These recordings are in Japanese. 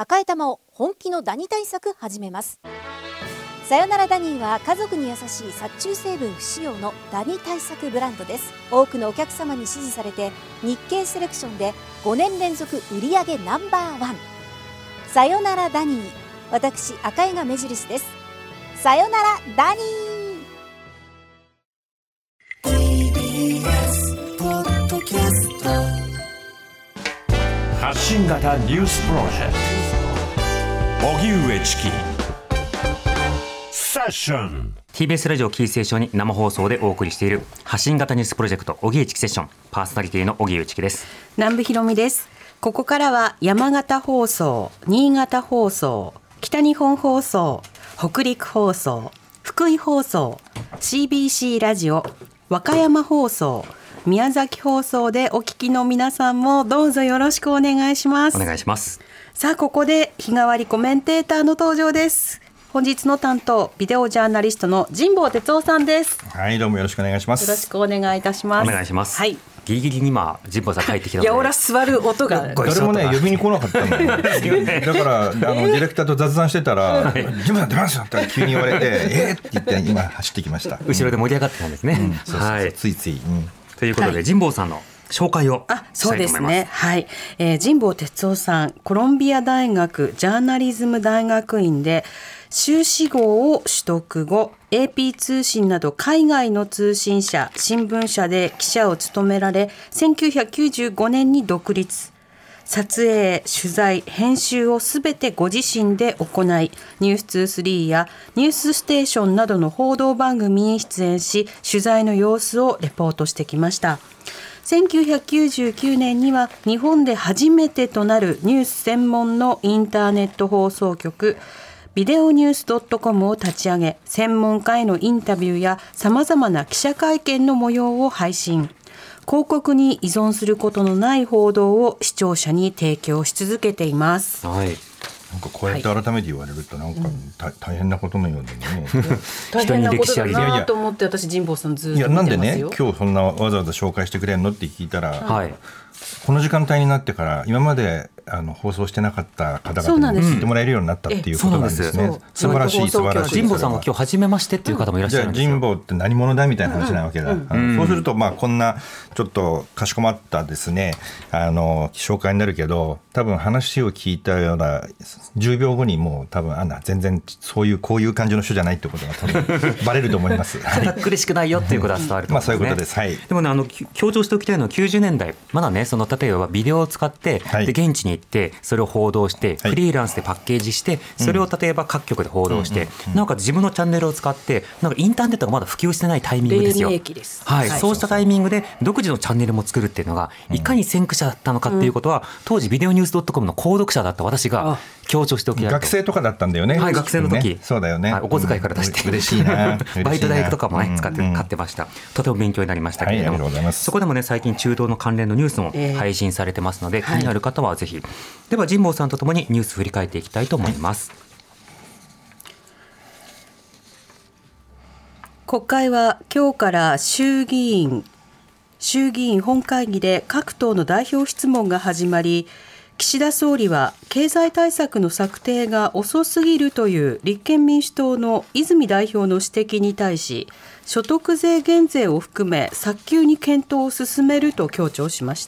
赤い玉を本気のダニ対策始めます。さよならダニーは家族に優しい殺虫成分不使用のダニ対策ブランドです。多くのお客様に支持されて日経セレクションで5年連続売上No.1。さよならダニー、私赤井が目印です。さよならダニー。 TBS ポッドキャスト、 発信型ニュースプロジェクト荻上チキセッション。 TBS ラジオキーステーションに生放送でお送りしている発信型ニュースプロジェクト荻上チキセッション、パーソナリティの荻上チキです。 南部ひろみです。ここからは山形放送、新潟放送、北日本放送、北陸放送、福井放送、 CBC ラジオ、和歌山放送、宮崎放送でお聞きの皆さんもどうぞよろしくお願いします。 お願いします。 さあ、ここで日替わりコメンテーターの登場です。本日の担当、ビデオジャーナリストの神保哲夫さんです。 はい、どうもよろしくお願いします。 よろしくお願いいたします。 お願いします。 はい、 ギリギリに今神保さん帰ってきたので、 いや、俺は座る音が誰もね呼びに来なかったのだからディレクターと雑談してたら「ジムさん出ますよ」って急に言われて「って言って今走ってきました。 後ろで盛り上がってたんですね。 そうそうそう、はい、ついつい、 ということで、神保さんの紹介をしたいと思います。 そうですね、はい。神保哲夫さん、コロンビア大学ジャーナリズム大学院で修士号を取得後、 AP 通信など海外の通信社、新聞社で記者を務められ、1995年に独立。撮影、取材、編集をすべてご自身で行い、ニュース2-3やニュースステーションなどの報道番組に出演し、取材の様子をレポートしてきました。1999年には日本で初めてとなるニュース専門のインターネット放送局、ビデオニュース .com を立ち上げ、専門家へのインタビューやさまざまな記者会見の模様を配信。広告に依存することのない報道を視聴者に提供し続けています。 はい、なんかこうやって改めて言われるとなんか、大変なことのようでね大変なことだなと思って、私神保さんずっと見てますよ。 なんでね今日そんなわざわざ紹介してくれるのって聞いたら、 はい、 この時間帯になってから今まで放送してなかった方々に聞いてもらえるようになったっていうことなんですね。素晴らしい素晴らしい。 神保さんも今日初めましてっていう方もいらっしゃるんですよ。 じゃあ神保って何者だみたいな話なわけだ。そうするとこんなちょっとかしこまったですね紹介になるけど、多分話を聞いたような10秒後にもう多分全然こういう感じの人じゃないってことが多分バレると思います。 堅苦しくないよっていうことは伝わると思うんですね。 そういうことです。はい、 でもね、強調しておきたいのは90年代まだね、例えばビデオを使って、で現地に行ってそれを報道して、フリーランスでパッケージして、それを例えば各局で報道して、なんか自分のチャンネルを使ってなんかインターネットがまだ普及してないタイミングですよ。はい、そうしたタイミングで独自のチャンネルも作るっていうのがいかに先駆者だったのかっていうことは、当時ビデオニュース .com の購読者だった私が強調しておきたいと。 学生とかだったんだよね。 はい、学生の時、 そうだよね。 お小遣いから出して、 嬉しいなバイト代とかもね使って買ってました。とても勉強になりましたけれども、そこでもね最近中東の関連のニュースも配信されてますので、気になる方はぜひ。では神保さんとともにニュース振り返っていきたいと思います。 国会は今日から衆議院本会議で各党の代表質問が始まり、岸田総理は経済対策の策定が遅すぎるという立憲民主党の泉代表の指摘に対し、所得税減税を含め早急に検討を進めると強調しました。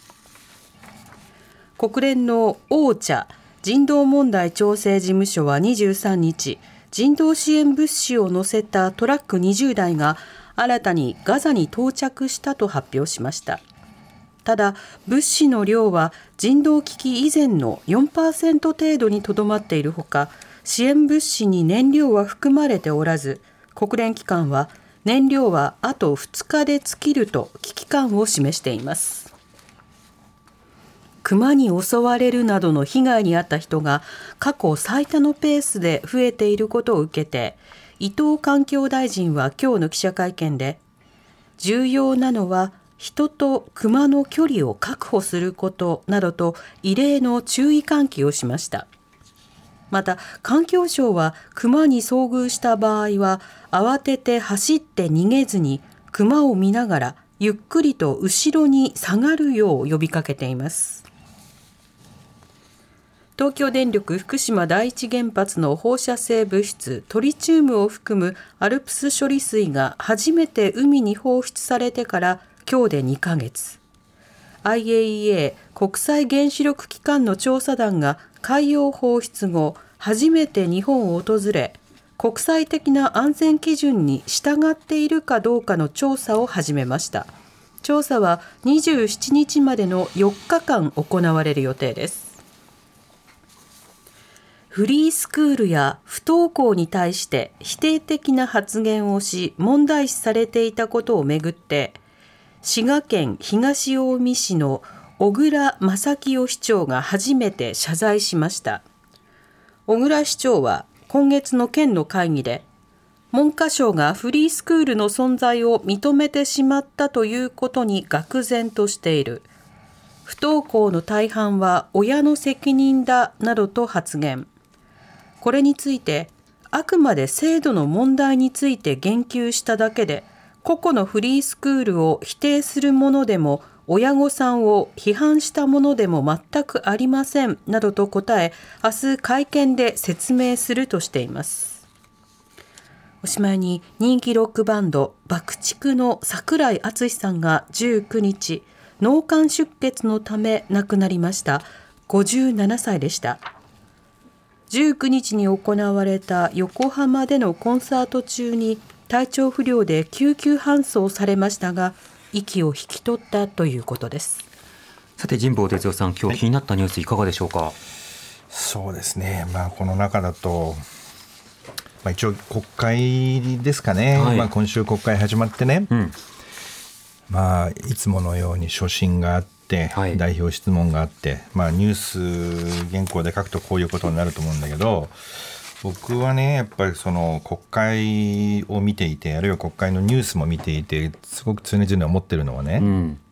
国連のOCHA人道問題調整事務所は23日、人道支援物資を載せたトラック20台が新たにガザに到着したと発表しました。ただ、物資の量は人道危機以前の 4% 程度にとどまっているほか、支援物資に燃料は含まれておらず、国連機関は燃料はあと2日で尽きると危機感を示しています。熊に襲われるなどの被害に遭った人が過去最多のペースで増えていることを受けて、伊藤環境大臣は今日の記者会見で、重要なのは人と熊の距離を確保することなどと異例の注意喚起をしました。また環境省は熊に遭遇した場合は慌てて走って逃げずに熊を見ながらゆっくりと後ろに下がるよう呼びかけています。 東京電力福島第一原発の放射性物質トリチウムを含むアルプス処理水が初めて海に放出されてから今日で2ヶ月。IAEA 国際原子力機関の調査団が海洋放出後初めて日本を訪れ、国際的な安全基準に従っているかどうかの調査を始めました。調査は27日までの4日間行われる予定です。フリースクールや不登校に対して否定的な発言をし問題視されていたことをめぐって、滋賀県東近江市の小倉正清市長が初めて謝罪しました。小倉市長は今月の県の会議で、文科省がフリースクールの存在を認めてしまったということに愕然としている。不登校の大半は親の責任だなどと発言。これについて、あくまで制度の問題について言及しただけで、個々のフリースクールを否定するものでも、親御さんを批判したものでも全くありませんなどと答え、明日会見で説明するとしています。おしまいに、人気ロックバンド爆竹の櫻井敦司さんが19日、脳幹出血のため亡くなりました。57歳でした。19日に行われた横浜でのコンサート中に体調不良で救急搬送されましたが、息を引き取ったということです。 さて神保哲夫さん、今日気になったニュースいかがでしょうか。 そうですね、この中だと、一応国会ですかね、今週国会始まってね、いつものように所信があって、代表質問があって、ニュース原稿で書くとこういうことになると思うんだけど、僕はねやっぱりその国会を見ていて、あるいは国会のニュースも見ていて、すごく常々思ってるのはね、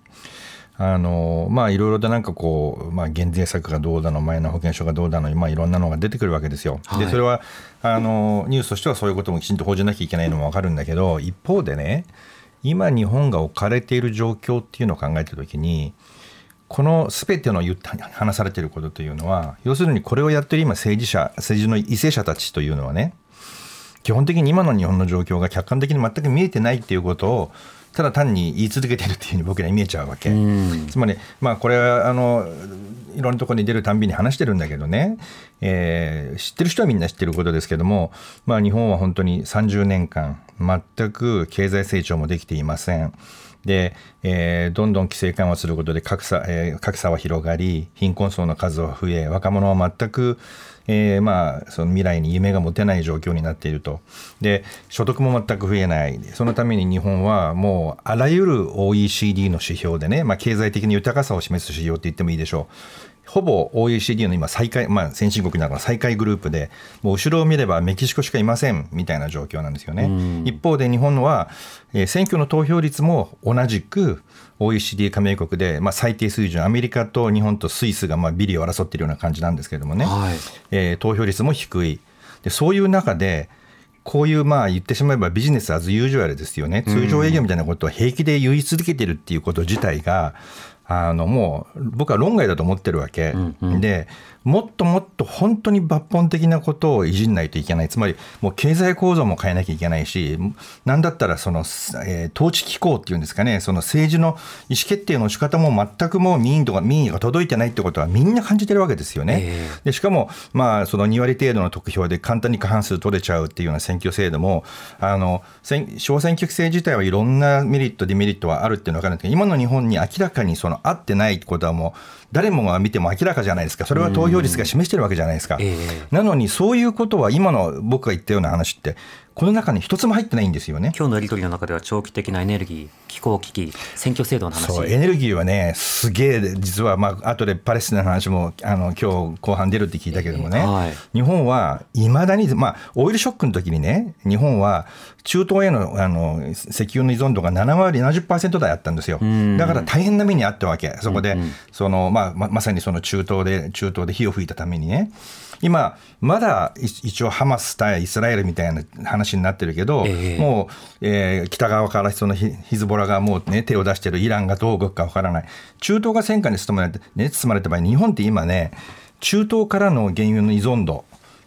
いろいろとなんかこう、減税策がどうだの、マイナ保険証がどうだの、いろんなのが出てくるわけですよ。でそれはニュースとしてはそういうこともきちんと報じなきゃいけないのも分かるんだけど、一方でね、今日本が置かれている状況っていうのを考えたときに、この全ての話されていることというのは、要するにこれをやっている今政治の為政者たちというのはね、基本的に今の日本の状況が客観的に全く見えてないっていうことをただ単に言い続けているっていうふうに僕らに見えちゃうわけ。つまりこれはいろんなところに出るたんびに話してるんだけどね、知ってる人はみんな知ってることですけども、日本は本当に30年間全く経済成長もできていません。で、どんどん規制緩和することで格差は広がり、貧困層の数は増え、若者は全く、その未来に夢が持てない状況になっていると。で、所得も全く増えない。そのために日本はもうあらゆる OECD の指標でね、経済的に豊かさを示す指標って言ってもいいでしょう。ほぼ OECD の今最下位、先進国ながら最下位グループで、もう後ろを見ればメキシコしかいませんみたいな状況なんですよね。一方で日本は、選挙の投票率も同じく OECD 加盟国で、最低水準、アメリカと日本とスイスがビリを争っているような感じなんですけれどもね、投票率も低い。でそういう中でこういう言ってしまえばビジネスアズユージュアルですよね。通常営業みたいなことを平気で言い続けているっていうこと自体がもう僕は論外だと思ってるわけ、でもっともっと本当に抜本的なことをいじんないといけない。つまりもう経済構造も変えなきゃいけないし、なんだったらその、統治機構っていうんですかね、その政治の意思決定の仕方も全くもう民意が届いてないってことはみんな感じてるわけですよね。でしかもその2割程度の得票で簡単に過半数取れちゃうっていうような選挙制度も小選挙区制自体はいろんなメリットデメリットはあるっていうのが分かるんですけど、今の日本に明らかにその合ってないことはもう誰もが見ても明らかじゃないですか。それは投票率が示してるわけじゃないですか。なのにそういうことは今の僕が言ったような話ってこの中に一つも入ってないんですよね。 今日のやり取りの中では長期的なエネルギー、気候危機、選挙制度の話。 そう、エネルギーはねすげえ、実は後でパレスチナの話も今日後半出るって聞いたけどもね、日本はいまだにオイルショックの時にね、日本は中東への石油の依存度が7割 70% 台あったんですよ。だから大変な目にあったわけ。そこでまさにその中東で火を吹いたためにね、今まだ一応ハマス対イスラエルみたいな話になってるけど、もう、北側からそのヒズボラがもう、手を出してるイランがどう動くかわからない。中東が戦火に包まれた場合、日本って今ね中東からの原油の依存度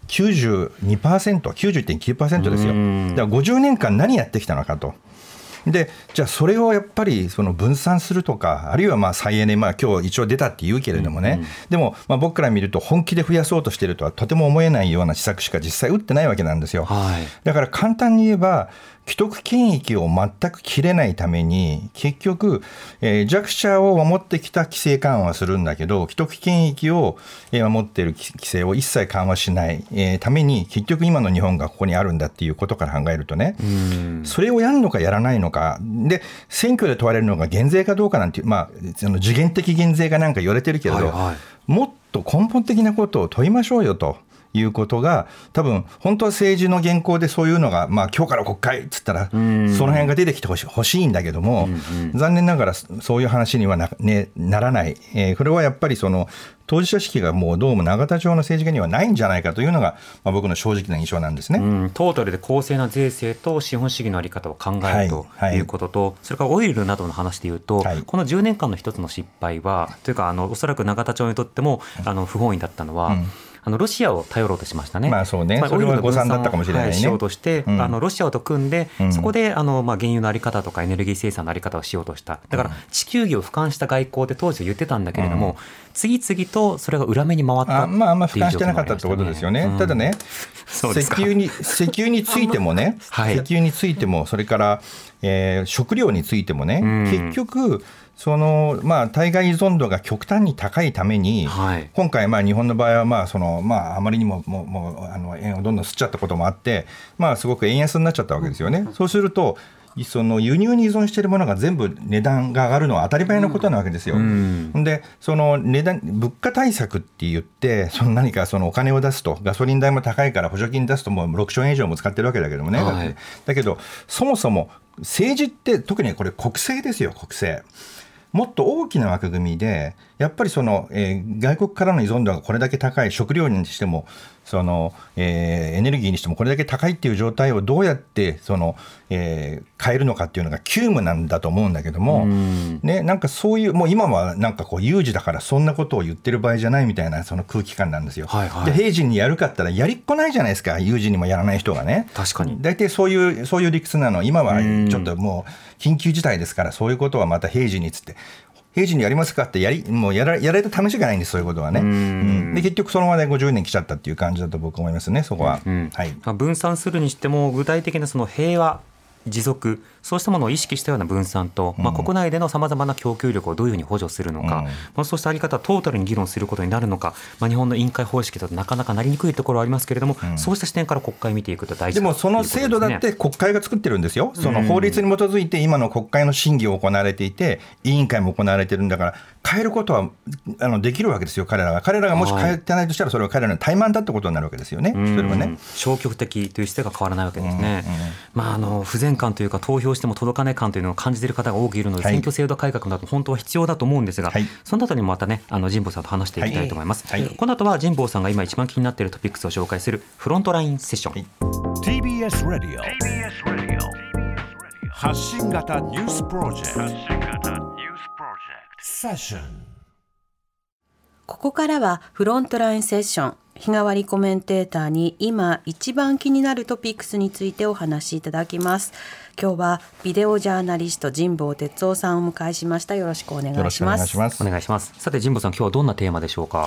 92%、91.9% ですよ。だから50年間何やってきたのかと。でじゃあそれをやっぱりその分散するとか、あるいは再エネ、今日一応出たって言うけれどもね、でも僕から見ると本気で増やそうとしているとはとても思えないような施策しか実際打ってないわけなんですよ。だから簡単に言えば既得権益を全く切れないために結局、弱者を守ってきた規制緩和はするんだけど、既得権益を守っている規制を一切緩和しない、ために結局今の日本がここにあるんだっていうことから考えるとね、それをやるのかやらないのかで、選挙で問われるのが減税かどうかなんていう、時限的減税がなんか言われてるけれど、もっと根本的なことを問いましょうよということが、多分本当は政治の原稿でそういうのが、今日から国会っつったらその辺が出てきてほしいんだけども、残念ながらそういう話には ならない、これはやっぱりその当事者意識がもうどうも永田町の政治家にはないんじゃないかというのが、僕の正直な印象なんですね。 トータルで公正な税制と資本主義の在り方を考えるということと、それからオイルなどの話でいうと、この10年間の一つの失敗はというか、おそらく永田町にとっても不本意だったのは、ロシアを頼ろうとしましたね。 そうね、それは誤算だったかもしれないね。 しようとして、ロシアと組んで、そこで原油の在り方とかエネルギー生産の在り方をしようとした。だから地球儀を俯瞰した外交で当時は言ってたんだけれども、次々とそれが裏目に回ったっていう状況もありましたね。 俯瞰してなかったってことですよね。ただね、石油についてもね、石油についても、それから、食料についてもね、結局その対外依存度が極端に高いために、今回日本の場合はあまりにも円をどんどん吸っちゃったこともあって、すごく円安になっちゃったわけですよね。そうするとその輸入に依存しているものが全部値段が上がるのは当たり前のことなわけですよ。でその物価対策って言って、何かお金を出すと、ガソリン代も高いから補助金出すともう6兆円以上も使ってるわけだけどもね、だけどそもそも政治って特にこれ国政ですよ。国政もっと大きな枠組みでやっぱり外国からの依存度がこれだけ高い、食料にしてもエネルギーにしてもこれだけ高いっていう状態をどうやって変えるのかっていうのが急務なんだと思うんだけども、なんかそういうもう今はなんか有事だからそんなことを言ってる場合じゃないみたいなその空気感なんですよ。で平時にやるかったらやりっこないじゃないですか、有事にもやらない人がね。 確かに大体そういう理屈なの。今はちょっともう緊急事態ですから、そういうことはまた平時につって平時にやりますかってもうやられた試しがないんです、そういうことはね。で結局そのままで50年来ちゃったっていう感じだと僕は思いますね、そこは。 分散するにしても具体的なその平和持続、そうしたものを意識したような分散と、国内でのさまざまな供給力をどういうふうに補助するのか、そうしたあり方をトータルに議論することになるのか、日本の委員会方式だとなかなかなりにくいところはありますけれども、そうした視点から国会を見ていくと大事だということですね。でもその制度だって国会が作ってるんですよ。その法律に基づいて今の国会の審議を行われていて、委員会も行われてるんだから変えることはできるわけですよ。彼らがもし変えてないとしたら、それは彼らの怠慢だってことになるわけですよね。それはね、 消極的という姿勢が変わらないわけですね。不全感というか、投票しても届かない感というのを感じている方が多くいるので、選挙制度改革など本当は必要だと思うんですが、その後にもまたね、神保さんと話していきたいと思います。この後は神保さんが今一番気になっているトピックスを紹介するフロントラインセッション。 TBS ラディオ発信型ニュースプロジェクトセッション。 ここからはフロントラインセッション、日替わりコメンテーターに今一番気になるトピックスについてお話しいただきます。今日はビデオジャーナリスト神保哲夫さんをお迎えしました。よろしくお願いします。 お願いします。さて神保さん、今日はどんなテーマでしょうか。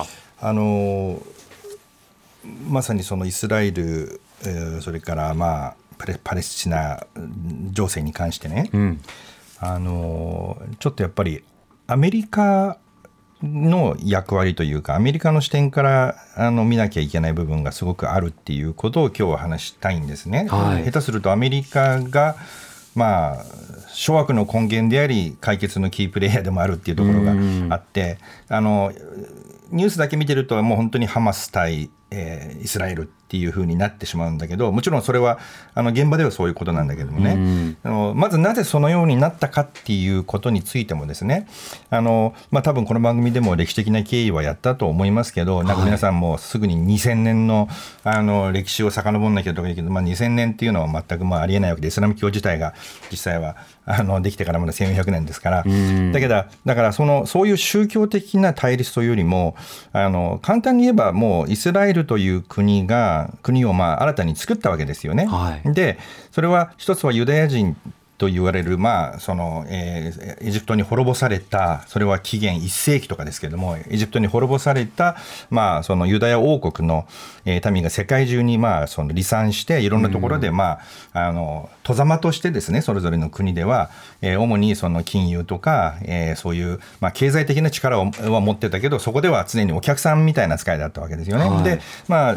まさにそのイスラエル、それからパレスチナ情勢に関してね、ちょっとやっぱりアメリカの役割というか、アメリカの視点から見なきゃいけない部分がすごくあるっていうことを今日は話したいんですね。下手するとアメリカが諸悪の根源であり解決のキープレイヤーでもあるっていうところがあって、ニュースだけ見てるともう本当にハマス対イスラエルっていう風になってしまうんだけど、もちろんそれは現場ではそういうことなんだけどもね、まずなぜそのようになったかっていうことについてもですね、多分この番組でも歴史的な経緯はやったと思いますけど、なんか皆さんもすぐに2000年の歴史を遡んなきゃとか言うけど、2000年っていうのは全くありえないわけで、イスラム教自体が実際はできてからまだ1400年ですから、だからそういう宗教的な対立というよりも、簡単に言えばもうイスラエルという国を新たに作ったわけですよね。でそれは一つはユダヤ人と言われる、エジプトに滅ぼされた、それは紀元1世紀とかですけども、エジプトに滅ぼされた、そのユダヤ王国の民が世界中にその離散して、いろんなところで戸様としてですね、それぞれの国では主にその金融とかそういう経済的な力を持ってたけど、そこでは常にお客さんみたいな扱いだったわけですよね。で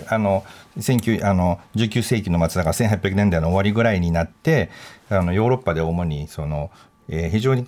19世紀の末だから1800年代の終わりぐらいになって、ヨーロッパで主に非常に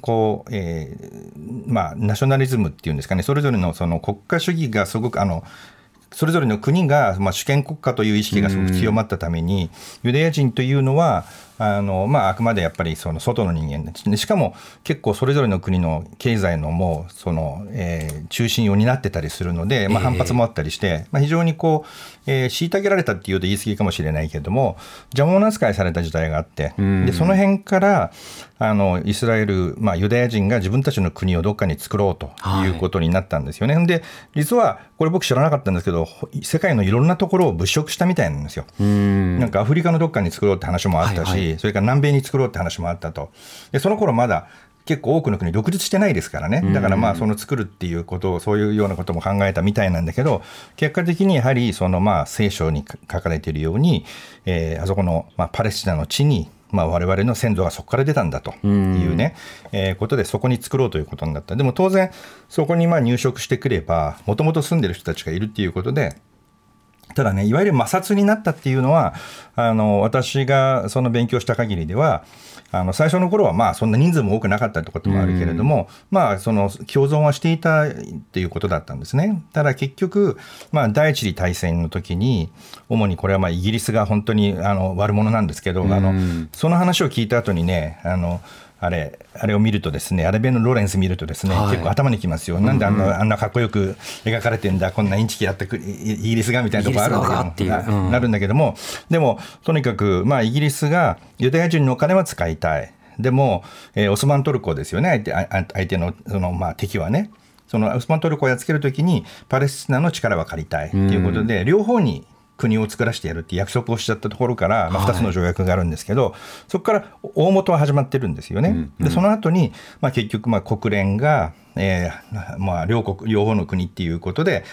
ナショナリズムっていうんですかね、それぞれのその国家主義がすごくそれぞれの国が主権国家という意識がすごく強まったために、ユダヤ人というのはあくまでやっぱりその外の人間で、しかも結構それぞれの国の経済のもう中心を担ってたりするので、反発もあったりして、非常に虐げられたっていうと言い過ぎかもしれないけれども、邪魔者扱いされた時代があって、でその辺からイスラエル、ユダヤ人が自分たちの国をどっかに作ろうということになったんですよね。で実はこれ僕知らなかったんですけど、世界のいろんなところを物色したみたいなんですよ。なんかアフリカのどっかに作ろうって話もあったし、それから南米に作ろうって話もあったと。でその頃まだ結構多くの国独立してないですからね。だからその作るっていうことを、そういうようなことも考えたみたいなんだけど、結果的にやはり聖書に書かれているように、あそこのパレスチナの地に我々の先祖がそこから出たんだというね、ことでそこに作ろうということになった。でも当然そこに入植してくれば、もともと住んでる人たちがいるっていうことで、ただね、いわゆる摩擦になったっていうのは、私がその勉強した限りでは、最初の頃はそんな人数も多くなかったってこともあるけれども、その共存はしていたっていうことだったんですね。ただ結局、第一次大戦の時に、主にこれはイギリスが本当に悪者なんですけど、その話を聞いた後にね、あれを見るとですね、アラビアのロレンス見るとですね、結構頭にきますよ。なんであんなかっこよく描かれてんだ、こんなインチキやってイギリスがみたいなところあるんだけど、なるんだけども、でもとにかくイギリスがユダヤ人のお金は使いたい。でも、オスマントルコですよね、相手の敵はね。そのオスマントルコをやっつけるときにパレスチナの力は借りたいということで、両方に国を作らせてやるって約束をしちゃったところから、2つの条約があるんですけど、そこから大元は始まってるんですよね。でその後に、結局国連が、両方の国っていうことで、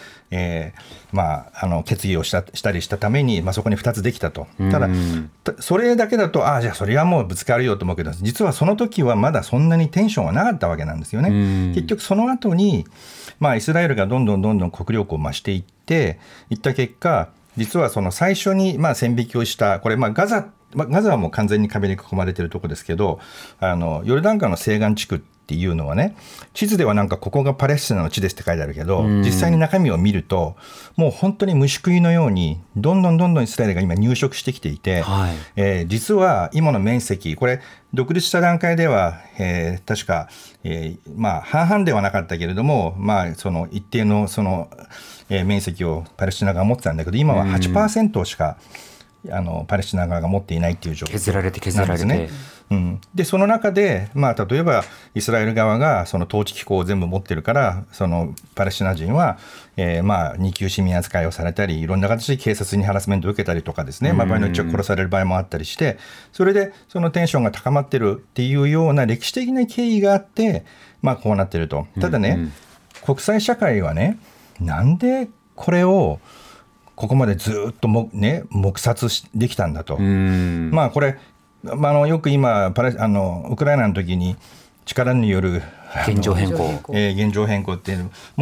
決議をしたりしたために、そこに2つできたと。ただそれだけだと、じゃあそれはもうぶつかるよと思うけど、実はその時はまだそんなにテンションはなかったわけなんですよね。結局その後に、イスラエルがどんどん国力を増していった結果、実はその最初に線引きをした、これガザはもう完全に壁に囲まれているところですけど、ヨルダン川の西岸地区っていうのはね、地図ではなんかここがパレスチナの地ですって書いてあるけど、実際に中身を見るともう本当に虫食いのようにどんどんイスラエルが今入植してきていて、実は今の面積、これ独立した段階では、確か、半々ではなかったけれども、その一定の面積をパレスチナ側が持ってたんだけど、今は 8% しかパレスチナ側が持っていないっていう状況なんですね。削られて、でその中で、例えばイスラエル側がその統治機構を全部持ってるから、そのパレスチナ人は、二級市民扱いをされたり、いろんな形で警察にハラスメントを受けたりとかですね、場合によっては殺される場合もあったりして、それでそのテンションが高まってるっていうような歴史的な経緯があって、こうなってると。ただね、国際社会はね、なんでこれをここまでずっと黙殺できたんだと。これよく今ウクライナの時に力による現状変更っていう、もう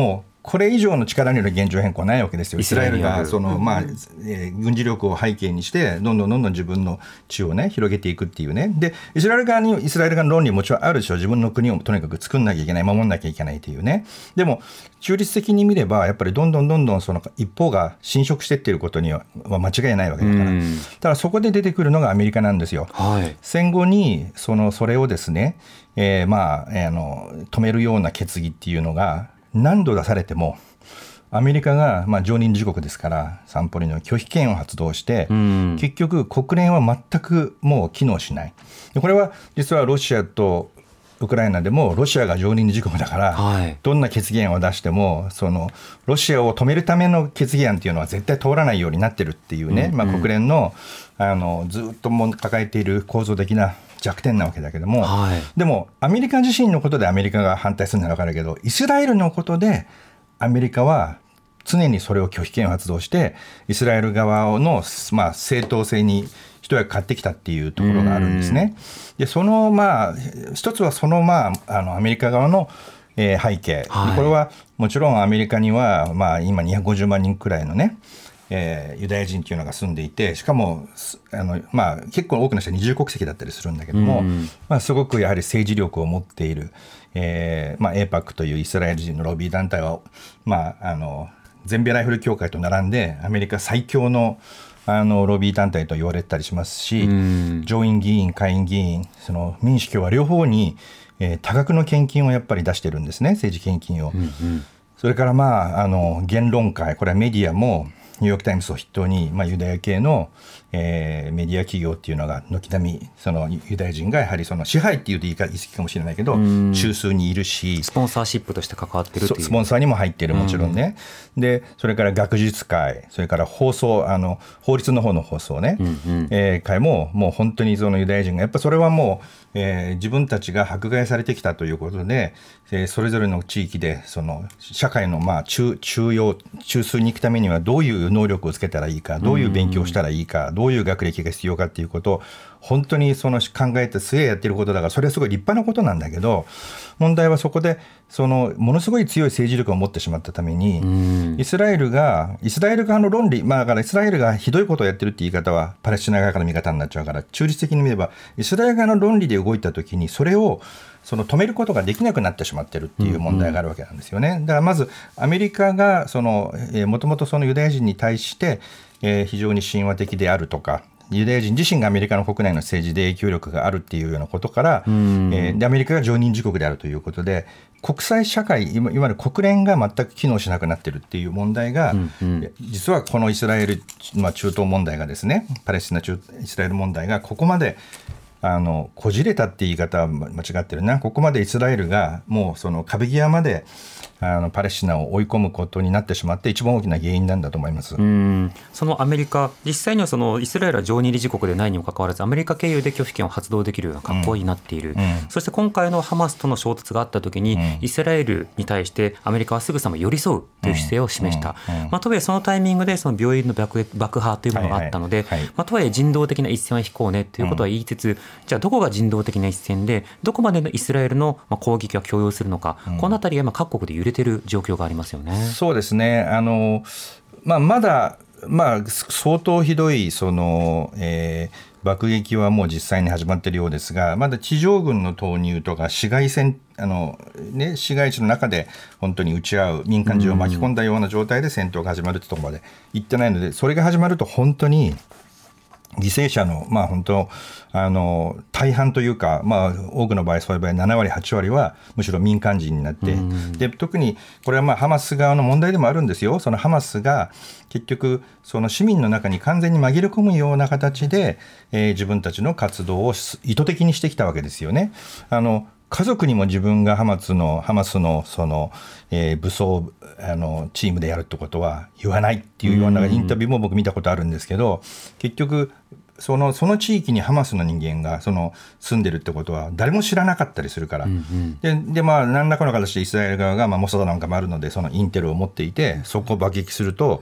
これ以上の力による現状変更はないわけですよ。イスラエルが軍事力を背景にしてどんどん自分の地をね広げていくっていうね。でイスラエル側の論理ももちろんあるでしょ。自分の国をとにかく作んなきゃいけない、守んなきゃいけないというね。でも中立的に見ればやっぱりどんどんその一方が侵食していっていることには間違いないわけだから。ただそこで出てくるのがアメリカなんですよ。戦後にそれをですね、止めるような決議っていうのが何度出されてもアメリカが常任理事国ですから安保理の拒否権を発動して、結局国連は全くもう機能しない。これは実はロシアとウクライナでもロシアが常任理事国だから、どんな決議案を出してもロシアを止めるための決議案っていうのは絶対通らないようになってるっていうね、国連のずっと抱えている構造的な弱点なわけだけども、でもアメリカ自身のことでアメリカが反対するのは分かるけど、イスラエルのことでアメリカは常にそれを拒否権を発動してイスラエル側の正当性に一役買ってきたっていうところがあるんですね。で一つはアメリカ側の背景、これはもちろんアメリカには今250万人くらいのねユダヤ人というのが住んでいて、しかも結構多くの人は二重国籍だったりするんだけども、すごくやはり政治力を持っている、AIPAC というイスラエル人のロビー団体は、全米ライフル協会と並んでアメリカ最強のロビー団体と言われたりしますし、上院議員下院議員民主共和両方に、多額の献金をやっぱり出してるんですね、政治献金を。それから言論会、これはメディアもニューヨークタイムズを筆頭に、ユダヤ系の、メディア企業っていうのが軒並みユダヤ人がやはり支配っていうと言い過ぎかもしれないけど中枢にいるし、 スポンサーシップとして関わってるという、 スポンサーにも入ってる、もちろんね。でそれから学術会、それから放送法律の方の放送ね、会ももう本当にユダヤ人がやっぱそれはもう、自分たちが迫害されてきたということで、それぞれの地域で社会の中枢に行くためにはどういう能力をつけたらいいか、どういう勉強をしたらいいか、どういう学歴が必要かっていうことを本当に考えて末やってることだから、それはすごい立派なことなんだけど、問題はそこでものすごい強い政治力を持ってしまったために、イスラエル側の論理、だからイスラエルがひどいことをやってるって言い方はパレスチナ側からの見方になっちゃうから、中立的に見ればイスラエル側の論理で動いたときにそれを止めることができなくなってしまってるっていう問題があるわけなんですよね。だからまずアメリカがもともとユダヤ人に対して非常に親和的であるとか、ユダヤ人自身がアメリカの国内の政治で影響力があるっていうようなことから、でアメリカが常任理事国であるということで、国際社会、いわゆる国連が全く機能しなくなってるっていう問題が、実はこのイスラエル、中東問題がですね、パレスチナイスラエル問題がここまでこじれたって言い方は間違ってるな。ここまでイスラエルがもう壁際までパレスチナを追い込むことになってしまって一番大きな原因なんだと思います。 そのアメリカ、実際にはイスラエルは常任理事国でないにもかかわらずアメリカ経由で拒否権を発動できるような格好になっている、そして今回のハマスとの衝突があったときに、イスラエルに対してアメリカはすぐさま寄り添うという姿勢を示した、とはいえそのタイミングで病院の爆破というものがあったので、とはいえ人道的な一線は引こうねということは言いつつ、じゃあどこが人道的な一線でどこまでのイスラエルの攻撃が許容するのか、このあたりが今各国で揺れている状況がありますよね。 そうですね。まだ相当ひどい爆撃はもう実際に始まっているようですが、まだ地上軍の投入とか市街戦市街地の中で本当に撃ち合う民間人を巻き込んだような状態で戦闘が始まるというところまで行ってないので、それが始まると本当に犠牲者の本当大半というか、多くの場合そういう場合7割8割はむしろ民間人になって、で特にこれはハマス側の問題でもあるんですよ。ハマスが結局市民の中に完全に紛れ込むような形で、自分たちの活動を意図的にしてきたわけですよね。家族にも自分がハマスの武装チームでやるってことは言わないっていうようなインタビューも僕見たことあるんですけど、結局その地域にハマスの人間が住んでるってことは誰も知らなかったりするから、で何らかの形でイスラエル側がモサドなんかもあるのでインテルを持っていて、そこを爆撃すると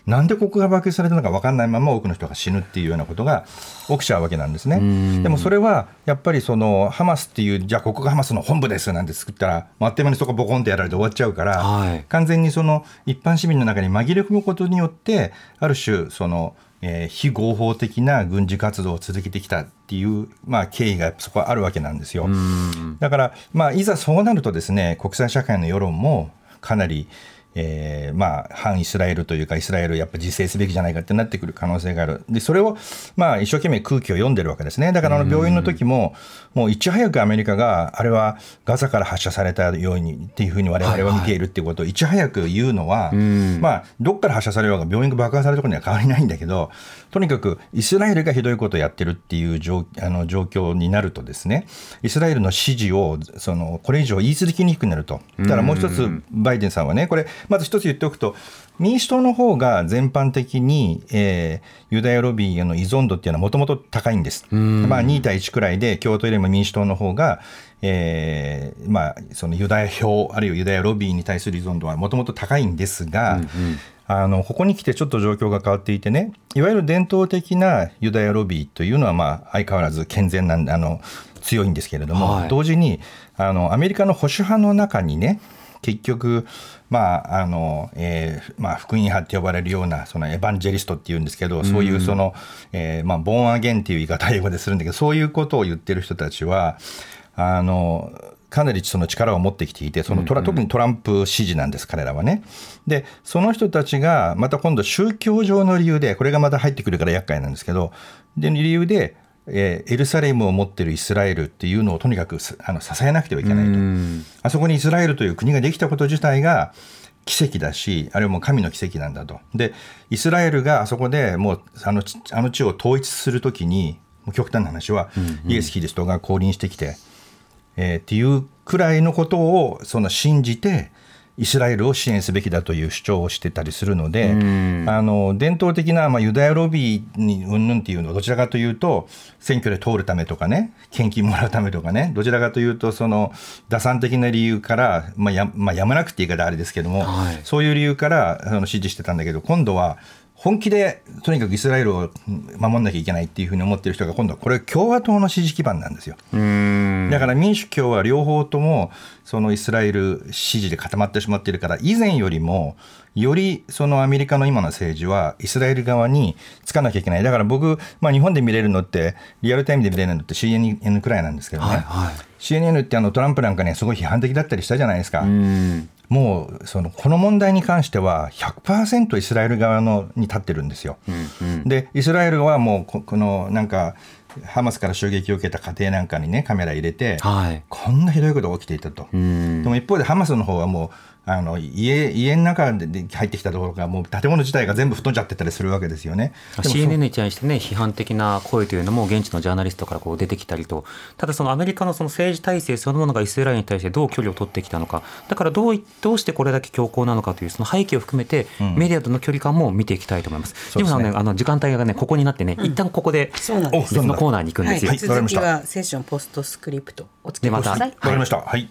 なんでここが爆撃されたのか分かんないまま多くの人が死ぬっていうようなことが起きちゃうわけなんですね。でもそれはやっぱりそのハマスっていう、じゃあここがハマスの本部ですなんて作ったら、あっという間にそこボコンってやられて終わっちゃうから、はい、完全にその一般市民の中に紛れ込むことによってある種その非合法的な軍事活動を続けてきたっていう、経緯がそこはあるわけなんですよ。だから、いざそうなるとですね、国際社会の世論もかなり反イスラエルというか、イスラエルやっぱ自制すべきじゃないかってなってくる可能性がある。でそれを一生懸命空気を読んでるわけですね。だから病院の時ももういち早くアメリカがあれはガザから発射されたようにっていうふうに我々は見ているっていうことをいち早く言うのは、どっから発射されようが病院が爆破されるところには変わりないんだけど、とにかくイスラエルがひどいことをやってるっていう状況になるとですね、イスラエルの支持をこれ以上言い続けにくくなると。だからもう一つバイデンさんはね、これまず一つ言っておくと、民主党の方が全般的に、ユダヤロビーへの依存度っていうのはもともと高いんです。2対1くらいで共和党よりも民主党の方が、そのユダヤ票あるいはユダヤロビーに対する依存度はもともと高いんですが、ここに来てちょっと状況が変わっていてね、いわゆる伝統的なユダヤロビーというのは相変わらず健全な強いんですけれども、同時にアメリカの保守派の中にね、結局福音派って呼ばれるようなそのエヴァンジェリストっていうんですけど、そういうその、ボーンアゲンっていう言い方英語でするんだけど、そういうことを言ってる人たちはかなりその力を持ってきていて、特にトランプ支持なんです、彼らはね。でその人たちがまた今度宗教上の理由で、これがまた入ってくるから厄介なんですけど、で理由でエルサレムを持っているイスラエルっていうのをとにかく支えなくてはいけないと。あそこにイスラエルという国ができたこと自体が奇跡だし、あれはもう神の奇跡なんだと。でイスラエルがあそこでもうあの地を統一するときに、極端な話はイエス・キリストが降臨してきて、っていうくらいのことを信じてイスラエルを支援すべきだという主張をしてたりするので、伝統的なユダヤロビーにうんぬんっていうのはどちらかというと選挙で通るためとかね、献金もらうためとかね、どちらかというと打算的な理由から、やむなくって言い方あれですけども、そういう理由から支持してたんだけど、今度は本気でとにかくイスラエルを守んなきゃいけないっていうふうに思ってる人が、今度はこれ共和党の支持基盤なんですよ。だから民主共和両方ともそのイスラエル支持で固まってしまっているから、以前よりもよりアメリカの今の政治はイスラエル側につかなきゃいけない。だから僕、日本で見れるのってリアルタイムで見れるのって CNN くらいなんですけどね、CNN ってトランプなんかにすごい批判的だったりしたじゃないですか。もうこの問題に関しては 100% イスラエル側に立ってるんですよ。でイスラエルはもうこのなんかハマスから襲撃を受けた家庭なんかにね、カメラ入れて、こんなひどいことが起きていたと。でも一方でハマスの方はもう家の中で入ってきたところがもう建物自体が全部吹っ飛んじゃってたりするわけですよね。 CNN に対してね、批判的な声というのも現地のジャーナリストから出てきたりと、ただアメリカの政治体制そのものがイスラエルに対してどう距離を取ってきたのか、だからどうしてこれだけ強硬なのかというその背景を含めて、メディアとの距離感も見ていきたいと思います。ジムさんね、時間帯がねここになってね、一旦ここで別のコーナーに行くんですよ。 続きはセッションポストスクリプトお付き合いください。 わかりました。はい。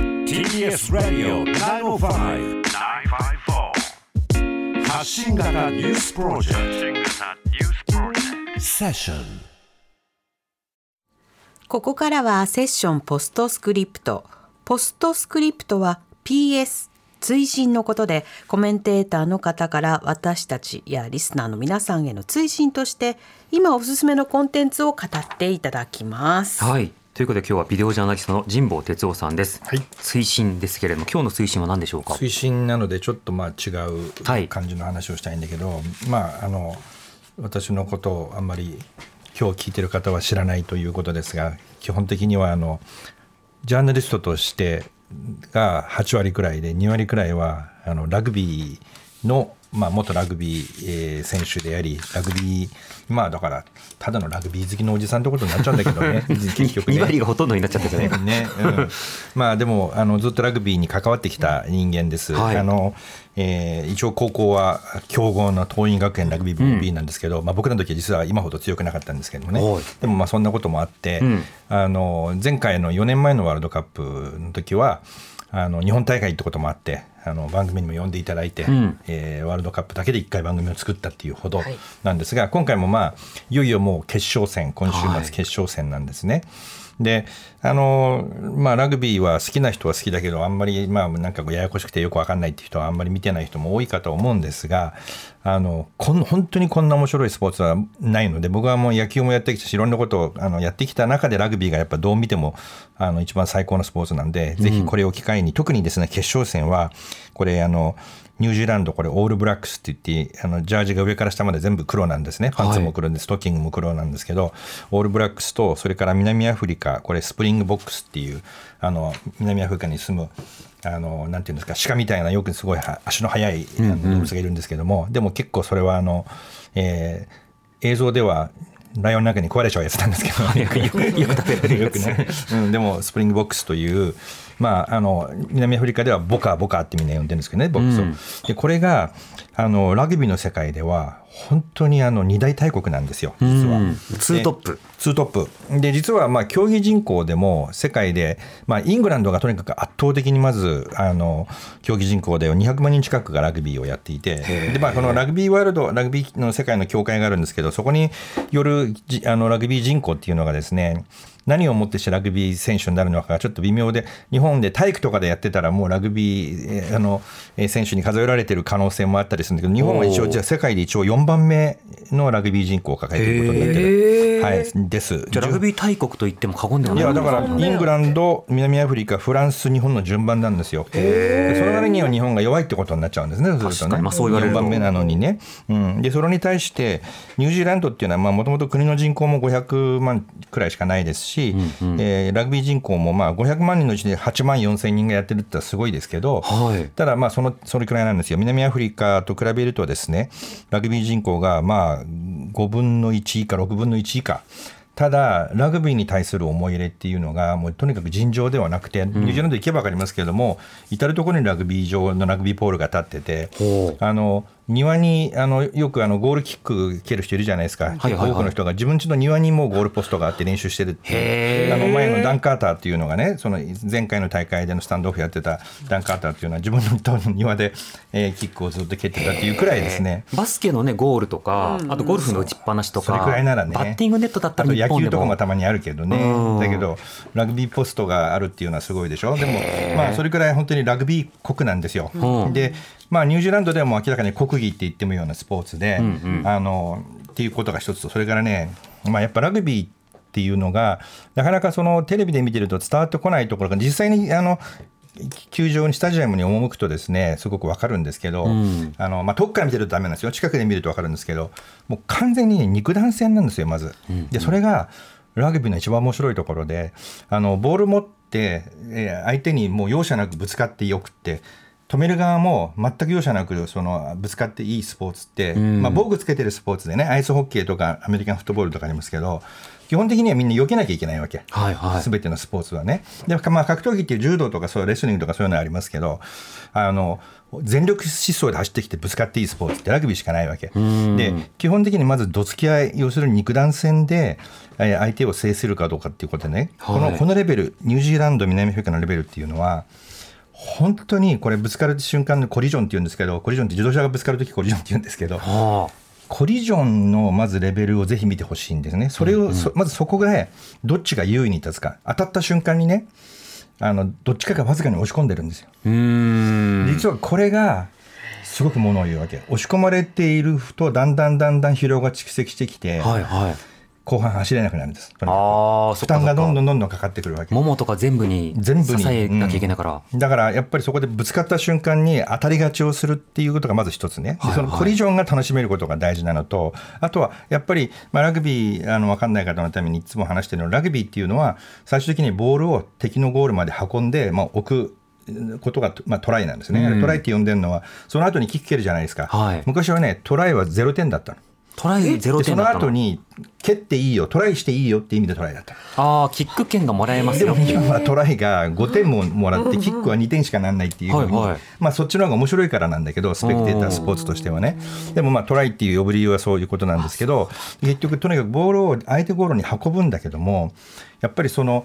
TBS Radio 905-954発信型ニュースプロジェクトセッション。 ここからはセッションポストスクリプト。ポストスクリプトは PS 追伸のことで、コメンテーターの方から私たちやリスナーの皆さんへの追伸として今おすすめのコンテンツを語っていただきます。 はい、ということで今日はビデオジャーナリストの神保哲夫さんです。推進ですけれども、今日の推進は何でしょうか。 推進なのでちょっと違う感じの話をしたいんだけど、私のことをあんまり今日聞いてる方は知らないということですが、基本的にはジャーナリストとしてが8割くらいで、2割くらいはラグビーの元ラグビー選手であり、ラグビーだからただのラグビー好きのおじさんってことになっちゃうんだけどね結局ね 2割がほとんどになっちゃってねでもずっとラグビーに関わってきた人間です。一応高校は強豪の桐蔭学園ラグビー部 B なんですけど、僕らの時は実は今ほど強くなかったんですけどもね。でもそんなこともあって、前回の4年前のワールドカップの時は日本大会ってこともあって番組にも呼んでいただいて、ワールドカップだけで1回番組を作ったっていうほどなんですが、今回もいよいよもう決勝戦、今週末決勝戦なんですね。でラグビーは好きな人は好きだけど、あんまりなんかややこしくてよく分かんないっていう人はあんまり見てない人も多いかと思うんですが、本当にこんな面白いスポーツはないので、僕はもう野球もやってきたし、いろんなことをやってきた中でラグビーがやっぱどう見ても一番最高のスポーツなんで、ぜひこれを機会に、特にですね決勝戦はこれニュージーランド、これオールブラックスって言って、ジャージが上から下まで全部黒なんですね。パンツも黒でストッキングも黒なんですけど、オールブラックスと、それから南アフリカ、これスプリングボックスっていう南アフリカに住むなんていうんですか、鹿みたいなよくすごい足の速い動物がいるんですけども、でも結構それは映像ではライオンの中に壊れちゃうやつなんですけどよく食べられるやつね、でもスプリングボックスという南アフリカではボカボカってみんな呼んでるんですけどね、ボックスを。でこれがラグビーの世界では本当に二大大国なんですよ、実は。 ツートップで、実は競技人口でも世界で、イングランドがとにかく圧倒的にまず競技人口で200万人近くがラグビーをやっていて、で、このラグビーワールド、ラグビーの世界の協会があるんですけど、そこによるラグビー人口っていうのがですね、何をもってしてラグビー選手になるのかがちょっと微妙で、日本で体育とかでやってたらもうラグビー選手に数えられてる可能性もあったりするんだけど、日本は一応じゃあ世界で一応4番目のラグビー人口を抱えていることになってる、です。 じゃあラグビー大国と言っても過言ではない。 いやだからイングランド、南アフリカ、フランス、日本の順番なんですよ。でその割には日本が弱いってことになっちゃうんですね。 確かに、そう言われると 4番目なのにね、でそれに対してニュージーランドっていうのはもともと国の人口も500万くらいしかないですし、ラグビー人口も500万人のうちで8万4千人がやってるってのはすごいですけど、ただそれくらいなんですよ。南アフリカと比べるとですね、ラグビー人口が5分の1以下6分の1以下。ただラグビーに対する思い入れっていうのがもうとにかく尋常ではなくて、ニュージーランド行けば分かりますけれども、至る所にラグビー場のラグビーポールが立ってて、庭によくゴールキック蹴る人いるじゃないですか、多くの人が自分家の庭にもゴールポストがあって練習してるっていう。前のダン・カーターっていうのがね、その前回の大会でのスタンドオフやってたダン・カーターっていうのは自分の庭でキックをずっと蹴ってたっていうくらいですね。 バスケのねゴールとか、あとゴルフの打ちっぱなしとか、 それくらいならね、 バッティングネットだったら日本でも、 あと野球とかもたまにあるけどね、だけどラグビーポストがあるっていうのはすごいでしょ。でもそれくらい本当にラグビー国なんですよ。でニュージーランドではもう明らかに国技って言ってもいいようなスポーツで、っていうことが一つと、それからね、やっぱラグビーっていうのがなかなかそのテレビで見てると伝わってこないところが、実際に球場にスタジアムに赴くとですねすごく分かるんですけど、遠くから見てるとダメなんですよ。近くで見ると分かるんですけど、もう完全に、ね、肉弾戦なんですよまず。でそれがラグビーの一番面白いところで、ボール持って相手にもう容赦なくぶつかってよくって、止める側も全く容赦なくぶつかっていいスポーツって、防具つけてるスポーツでね、アイスホッケーとかアメリカンフットボールとかありますけど、基本的にはみんな避けなきゃいけないわけ、全てのスポーツはね。で格闘技っていう柔道とかレスリングとかそういうのありますけど、全力疾走で走ってきてぶつかっていいスポーツってラグビーしかないわけで、基本的にまずどつき合い、要するに肉弾戦で相手を制するかどうかっていうことでね、このレベル、ニュージーランド南アフリカのレベルっていうのは本当にこれぶつかる瞬間のコリジョンっていうんですけど、コリジョンって自動車がぶつかるときコリジョンって言うんですけど、コリジョンのまずレベルをぜひ見てほしいんですね。それをまずそこがどっちが優位に立つか、当たった瞬間にね、どっちかがわずかに押し込んでるんですよ。実はこれがすごくものを言うわけ。押し込まれているとだんだん疲労が蓄積してきて、後半走れなくなるんです。負担がどんどんかかってくるわけ。 ももとか全部に支えなきゃいけないから、 だからやっぱりそこでぶつかった瞬間に当たり勝ちをするっていうことがまず一つね。でそのコリジョンが楽しめることが大事なのと、あとはやっぱり、ラグビー分かんない方のためにいつも話してるのは、ラグビーっていうのは最終的にボールを敵のゴールまで運んで、置くことが、トライなんですね。トライって呼んでるのはその後にキック蹴るじゃないですか、昔はねトライは0点だったの。 トライ0点だったの。 その後に蹴っていいよ、トライしていいよって意味でトライだった。 キック権がもらえますよ。 でも今はトライが5点ももらってキックは2点しかなんないっていうふうに、そっちの方が面白いからなんだけど、スペクテータースポーツとしてはね。でもトライっていう呼ぶ理由はそういうことなんですけど、結局とにかくボールを相手ゴールに運ぶんだけども、やっぱりその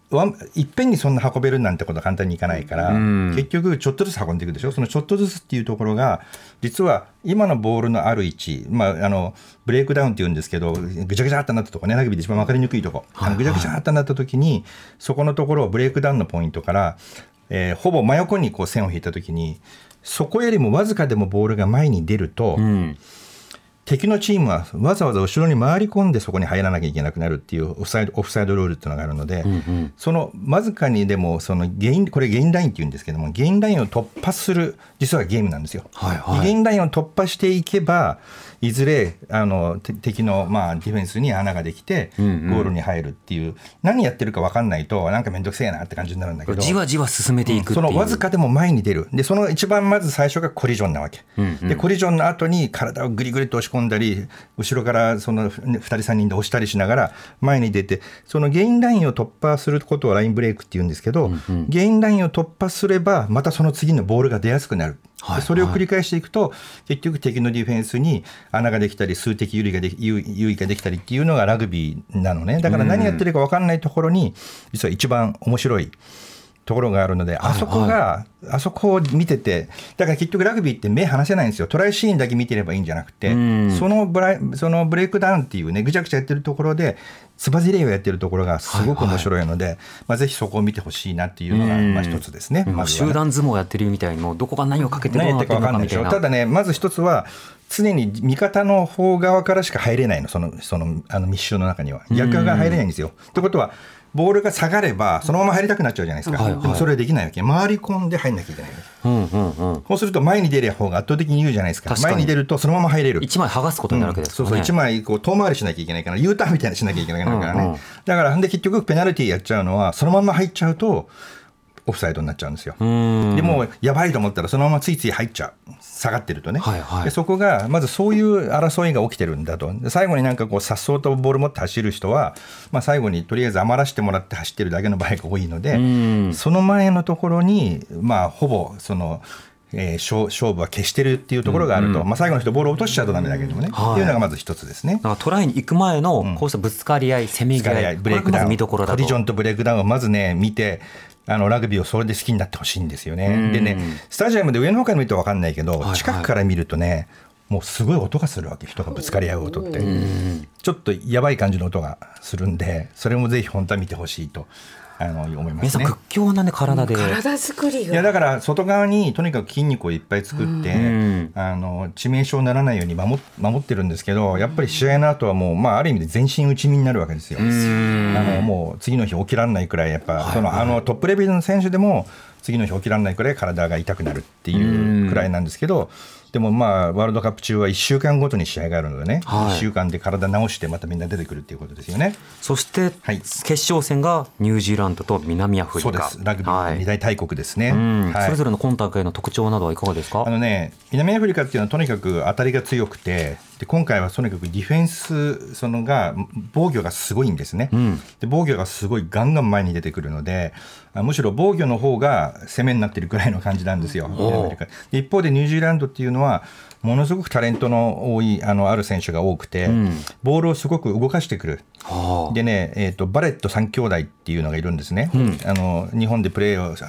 いっぺんにそんな運べるなんてことは簡単にいかないから、結局ちょっとずつ運んでいくでしょ。そのちょっとずつっていうところが実は今のボールのある位置、ブレイクダウンっていうんですけど、ぐちゃぐちゃってなったところね、ラグビーで一番分かりにくいところ、ぐちゃぐちゃってなった時にそこのところをブレイクダウンのポイントから、ほぼ真横にこう線を引いた時に、そこよりもわずかでもボールが前に出ると、敵のチームはわざわざ後ろに回り込んでそこに入らなきゃいけなくなるっていうオフサイドルールっていうのがあるので、そのわずかにでもこれゲインラインっていうんですけども、ゲインラインを突破する実はゲームなんですよ。ゲインラインを突破していけばいずれ敵のディフェンスに穴ができてゴールに入るっていう、何やってるか分かんないとなんかめんどくせえなって感じになるんだけど、 じわじわ進めていくっていう、 そのわずかでも前に出る。でその一番まず最初がコリジョンなわけ、でコリジョンの後に体をグリグリと押し込んだり、後ろからその2人3人で押したりしながら前に出て、そのゲインラインを突破することをラインブレイクっていうんですけど、ゲインラインを突破すればまたその次のボールが出やすくなる。それを繰り返していくと結局敵のディフェンスに穴ができたり数的優位ができたりっていうのがラグビーなのね。だから何やってるか分かんないところに実は一番面白いところがあるので、あそこを見てて、だから結局ラグビーって目離せないんですよ。トライシーンだけ見てればいいんじゃなくて、そのブレイクダウンっていうね、ぐちゃぐちゃやってるところでつばぜり合いをやってるところがすごく面白いので、ぜひそこを見てほしいなっていうのが一つですね。 集団相撲やってるみたいに、もうどこが何をかけてどうなってるのかみたいな。 ただね、まず一つは常に味方の方側からしか入れないの、その密集の中には逆側が入れないんですよ。ってことはボールが下がればそのまま入りたくなっちゃうじゃないですか、でもそれはできないわけ。回り込んで入んなきゃいけないわけ、そうすると前に出る方が圧倒的に有じゃないですか。前に出るとそのまま入れる。 1枚剥がすことになるわけですからね。 1枚こう遠回りしなきゃいけないから、U ターンみたいにしなきゃいけないからね、だから結局ペナルティーやっちゃうのは、そのまま入っちゃうとオフサイドになっちゃうんですよ。でもやばいと思ったらそのままついつい入っちゃう、下がってるとね、でそこがまずそういう争いが起きてるんだと。で最後になんかこう颯爽とボール持って走る人は、最後にとりあえず余らしてもらって走ってるだけの場合が多いので、その前のところにほぼその勝負は消してるっていうところがあると、最後の人ボールを落としちゃうとダメだけどもね、っていうのがまず一つですね。 だからトライに行く前のこうしたぶつかり合い、せめぎ合い、 ブレイクダウン、 見どころだと。 コリジョンとブレイクダウンをまずね見て、ラグビーをそれで好きになってほしいんですよね。でね、スタジアムで上の方から見ると分かんないけど、近くから見るとね、もうすごい音がするわけ。人がぶつかり合う音ってちょっとやばい感じの音がするんで、それもぜひ本当は見てほしいと思いますね。 屈強なんで体で、 体作りが、 いやだから外側にとにかく筋肉をいっぱい作って、致命傷にならないように守ってるんですけど、やっぱり試合の後はもう、ある意味で全身打ち身になるわけですよ。もう次の日起きられないくらい、やっぱトップレベルの選手でも次の日起きられないくらい体が痛くなるっていうくらいなんですけど、でもワールドカップ中は1週間ごとに試合があるのでね、1週間で体直してまたみんな出てくるっていうことですよね。 そして決勝戦がニュージーランドと南アフリカ。 そうです、ラグビー2大大国ですね。 それぞれの今大会の特徴などはいかがですか？ 南アフリカっていうのはとにかく当たりが強くて、で今回はとにかくディフェンスが防御がすごいんですね。で防御がすごいガンガン前に出てくるので、むしろ防御の方が攻めになってるくらいの感じなんですよ。で一方でニュージーランドっていうのはものすごくタレントの多いある選手が多くて、ボールをすごく動かしてくる。でね、バレット3兄弟っていうのがいるんですね。日本でプレーを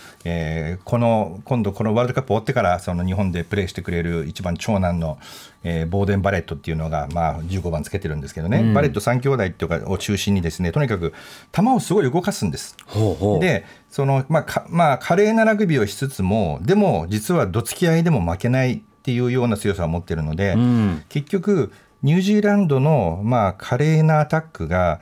今度このワールドカップ終わってから日本でプレーしてくれる一番長男の、ボーデン・バレットっていうのが、15番つけてるんですけどね、バレット3兄弟っていうかを中心にですね、とにかく球をすごい動かすんです。で華麗なラグビーをしつつも、でも実はどつき合いでも負けないっていうような強さを持ってるので、結局ニュージーランドの華麗なアタックが、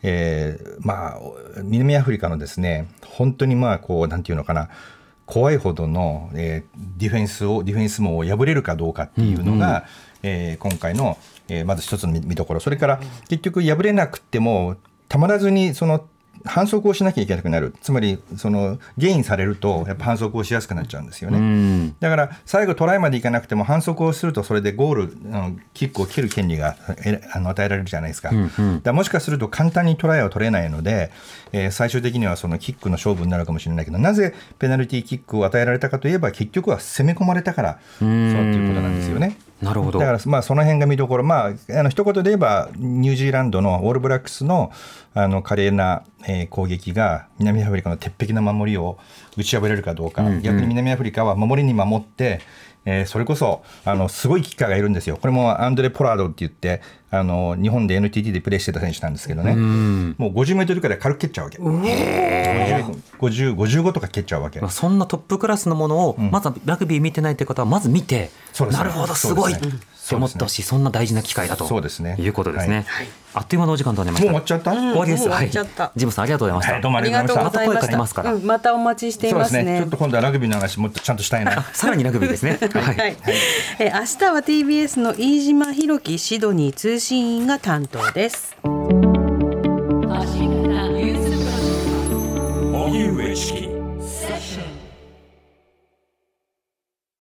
南アフリカのですね、本当になんていうのかな、怖いほどの、ディフェンス網を破れるかどうかっていうのが、今回の、まず一つの見どころ。それから結局破れなくてもたまらずに反則をしなきゃいけなくなる。つまりゲインされるとやっぱ反則をしやすくなっちゃうんですよね。だから最後トライまでいかなくても反則をすると、それでゴールキックを蹴る権利が与えられるじゃないですか。だからもしかすると簡単にトライを取れないので、最終的にはキックの勝負になるかもしれないけど、なぜペナルティーキックを与えられたかといえば、結局は攻め込まれたからそうっていうことなんですよね。 なるほど。 だからまあその辺が見どころ、まあ、一言で言えばニュージーランドのオールブラックスの華麗な攻撃が南アフリカの鉄壁な守りを打ち破れるかどうか、逆に南アフリカは守りに守って、それこそすごいキッカーがいるんですよ。これもアンドレ・ポラードって言って日本で NTT でプレーしてた選手なんですけどね、もう50メートルくらい軽く蹴っちゃうわけ。55とか蹴っちゃうわけ。 そんなトップクラスのものを、まずラグビー見てないという方はまず見て、なるほどすごいって思ってほしい。そんな大事な機会だということですね。あっという間のお時間となりました。 もう終わっちゃった？ 終わりです。 もう終わっちゃった。 ジムさんありがとうございました。 どうもありがとうございました。 また声かけますから。 またお待ちしていますね。 そうですね。ちょっと今度はラグビーの話もっとちゃんとしたいな。 さらにラグビーですね。 はい。明日は TBS の飯島弘樹シドニー通信員が担当です。